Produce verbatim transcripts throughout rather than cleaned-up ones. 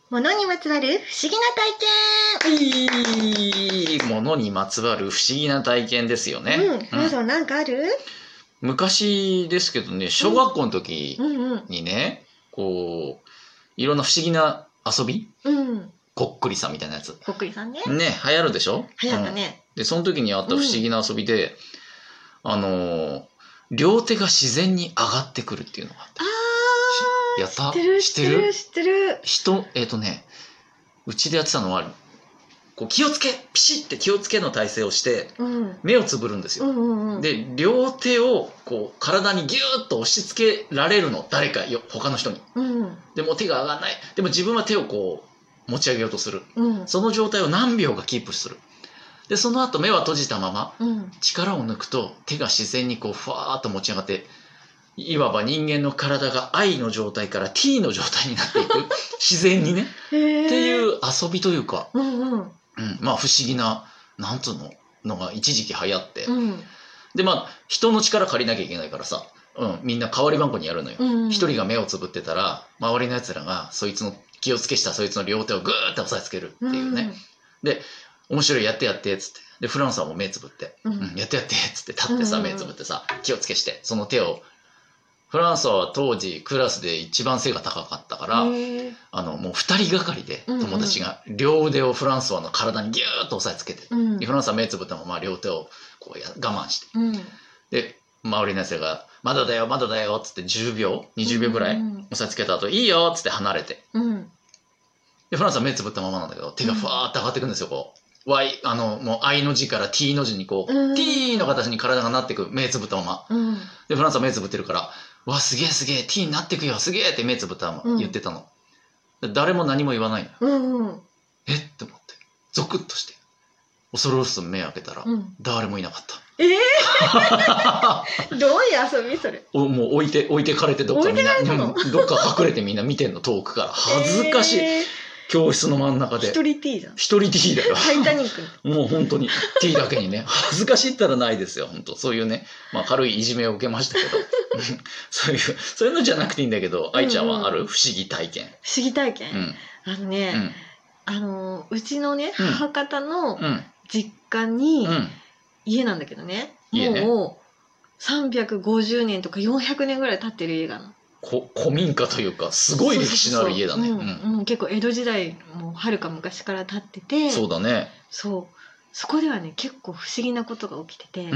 物にまつわる不思議な体験。 はい、物にまつわる不思議な体験ですよね。 うん、皆さん何かある？ 昔ですけどね、小学校の時にね、こういろんな不思議な遊び、 うん、 こっくりさんみたいなやつ、 こっくりさんね。 ね、流行るでしょ？ 流行ったね。 うん、でその時にあった不思議な遊びで、うん、あの両手が自然に上がってくるっていうのがあった。 あやった？ 知ってる知ってる知ってる。 人えっ、ー、とねうちでやってたのはこう気をつけピシッて気をつけの体勢をして、うん、目をつぶるんですよ、うんうんうん、で両手をこう体にギューッと押し付けられるの、誰かよ他の人に、うん、でも手が上がらない、でも自分は手をこう持ち上げようとする、うん、その状態を何秒かキープする。でその後目は閉じたまま、うん、力を抜くと手が自然にこうふわーっと持ち上がって、いわば人間の体が アイ の状態から ティー の状態になっていく自然にねっていう遊びというか、うんうんうん、まあ不思議ななんつうののが一時期流行って、うん、でまあ人の力借りなきゃいけないからさ、うん、みんな代わり番号にやるのよ。一、うんうん、人が目をつぶってたら周りのやつらがそいつの気をつけしたそいつの両手をグーッと押さえつけるっていうね、うん、で面白いやってやってっつって、でフランスはもう目つぶって、うんうん、やってやってっつって立ってさ、うんうん、目つぶってさ気をつけしてその手を、フランソワは当時クラスで一番背が高かったから、あのもうふたりがかりで友達が両腕をフランソワの体にギューッと押さえつけて、うん、でフランソワは目つぶったまま両手をこうや我慢して、うん、で周りのやつが「まだだよまだだよ」っつってじゅうびょうにじゅうびょうぐらい押さえつけた後「いいよ」っつって離れて、うん、でフランソワは目つぶったままなんだけど手がふわーって上がってくるんですよ。こう Y あのもう アイ の字から ティー の字にこう、うん、ティー の形に体がなっていく、目つぶったまま、うん、でフランソワは目つぶってるから「わすげえすげえ T になってくよすげえ」って目つぶったまま言ってたの、うん、誰も何も言わないのよ、うんうん、えって思ってゾクッとして恐る恐る目開けたら、うん、誰もいなかった。えー、どういう遊びそれ？ おもう置いて置いてかれてどっかみんなどっか隠れてみんな見てんの遠くから恥ずかしい、えー、教室の真ん中で一人 T じゃん。 一人 T だよタイタニックもう本当に T だけにね恥ずかしいったらないですよ本当。そういうね、まあ、軽いいじめを受けましたけどそういうそういうのじゃなくていいんだけど、愛ちゃんはある？不思議体験。 不思議体験、うん、あのね、うん、あのうちのね母方の実家に、うん、家なんだけどね、もうねさんびゃくごじゅうねんとかよんひゃくねんぐらい経ってる家がのこ古民家というかすごい歴史のある家だね。 結構江戸時代もはるか昔から経ってて、 そうだね。 そうそこではね結構不思議なことが起きてて、うんうん、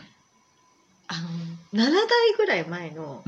あのななだいぐらい前の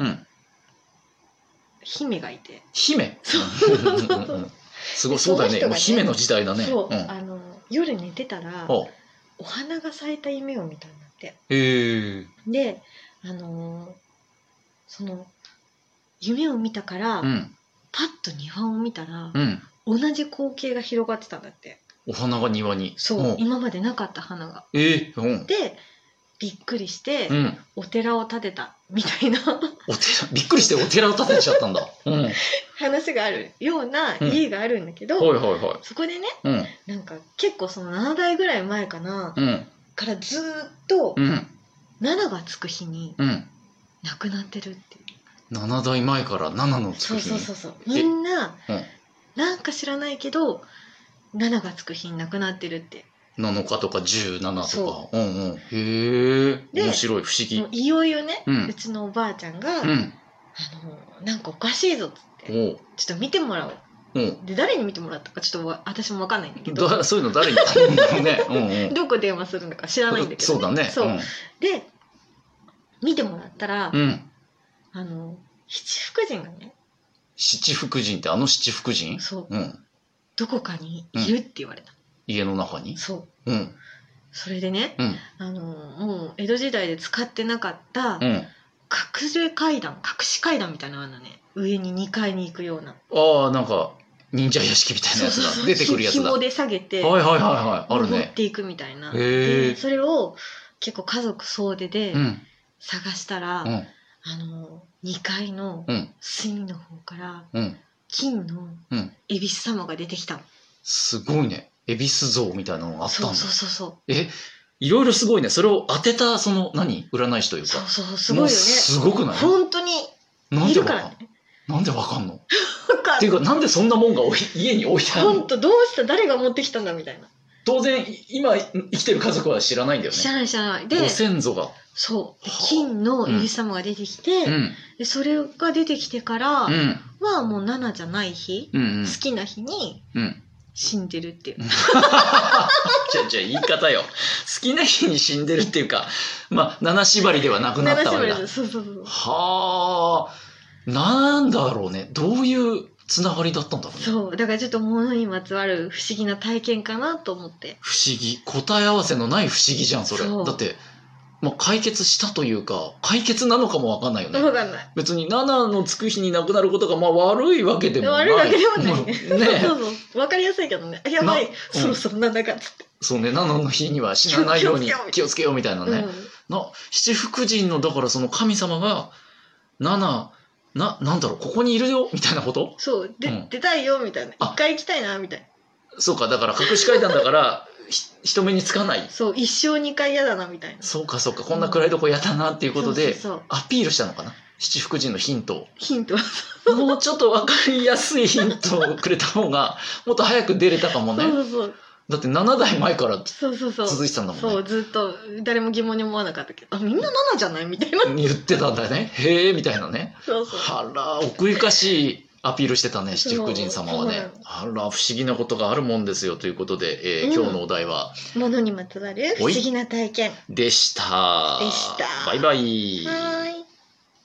姫がいて、 姫すごいそうだよね、もう姫の時代だね。 そう、うん、あの夜寝てたらお花が咲いた夢を見たんだって。 へー。 であのその夢を見たから、うん、パッと庭を見たら、うん、同じ光景が広がってたんだって。 お花が庭に。 そう、うん、今までなかった花が。 えーうん、 でびっくりして、うん、お寺を建てたみたいなお寺びっくりしてお寺を建てちゃったんだ、うん、 話があるような家があるんだけど、 うんはいはいはい、 そこでね、うん、なんか結構そのななだいぐらい前かな、うん、からずーっと、うん、なながつく日に亡くなってるっていう。 ななだいまえからななのつく日に。 そうそうそうそうみんな、うん、なんか知らないけどなながつく日に亡くなってるって。 なのかとかじゅうななとか、うんうん、へえ面白い不思議。 いよいよね、うん、うちのおばあちゃんが、うん、あのなんかおかしいぞっつってちょっと見てもらおう、うん、で誰に見てもらったかちょっと私も分かんないんだけど、 だそういうの誰に頼んだろうねうん、うん、 どこ電話するのか知らないんだけど、ね、 そうだねそう、うん、で見てもらったら、うん、あの七福神がね、 七福神ってあの七福神、 そう、うん、どこかにいるって言われた、うん、 家の中に。 そう、うん、それでね、うん、あのもう江戸時代で使ってなかった、うん、隠れ階段隠し階段みたいなのあるのね、上ににかいに行くような。 ああなんか忍者屋敷みたいなやつだ。そうそうそう出てくるやつだ。 紐で下げて、 はいはいはいはい、あるね。 登っていくみたいな。 へえ。 それを結構家族総出で探したら、うん、あのにかいの隅の方から、うん、金の恵比寿様が出てきたの。 すごいね。恵比寿像みたいなのがあったんだ。 そうそうそうそう。 え、いろいろすごいね。それを当てたその何占い師というか。 そうそうすごいよね。 すごくない？ 本当にいるからね。 なんでわかんの？ わかっていうかなんでそんなもんが置い家に置いてあるの。 本当どうした誰が持ってきたんだみたいな。 当然今生きてる家族は知らないんだよね。 知らない知らない。でご先祖がそう金のイエス様が出てきて、うん、でそれが出てきてからは、うん、もうななじゃない日、うんうん、好きな日に死んでるっていう。じゃあじゃあ言い方よ。好きな日に死んでるっていうか、まあなな縛りではなくなったわけだ。 そうそうそう。 はあ、なんだろうね。どういうつながりだったんだろうね。 そうだからちょっと物にまつわる不思議な体験かなと思って。 不思議、答え合わせのない不思議じゃんそれ。だってまあ、解決したというか解決なのかも分かんないよね。 分かんない。 別にななのつく日に亡くなることがまあ悪いわけでもない。 悪いわけでもないね。 ねそうそう分かりやすいけどね。やばい、うん、そろそろなんだかっつって。 そうね、ななの日には死なないように気をつけようみたいなね。うん、な七福神のだからその神様がななななんだろうここにいるよみたいなこと。 そうで、うん、出たいよみたいな一回行きたいなみたいな。 そうかだから隠し階段だから。人目につかない。 そう一生にかい嫌だなみたいな。 そうかそうかこんな暗いとこ嫌だなっていうことで、うん、そうそうそうアピールしたのかな七福神のヒントを。 ヒントもうちょっと分かりやすいヒントをくれた方がもっと早く出れたかもね。 そうそうそうだってななだいまえから続いてたんだもんね。 そうずっと誰も疑問に思わなかったけどあみんなななじゃないみたいな言ってたんだね。へえみたいなね。 そうそうあら奥ゆかしいアピールしてたね七福神様はね。あら不思議なことがあるもんですよということで、えーうん、今日のお題は物にまつわる不思議な体験でした。 でした。 バイバイ。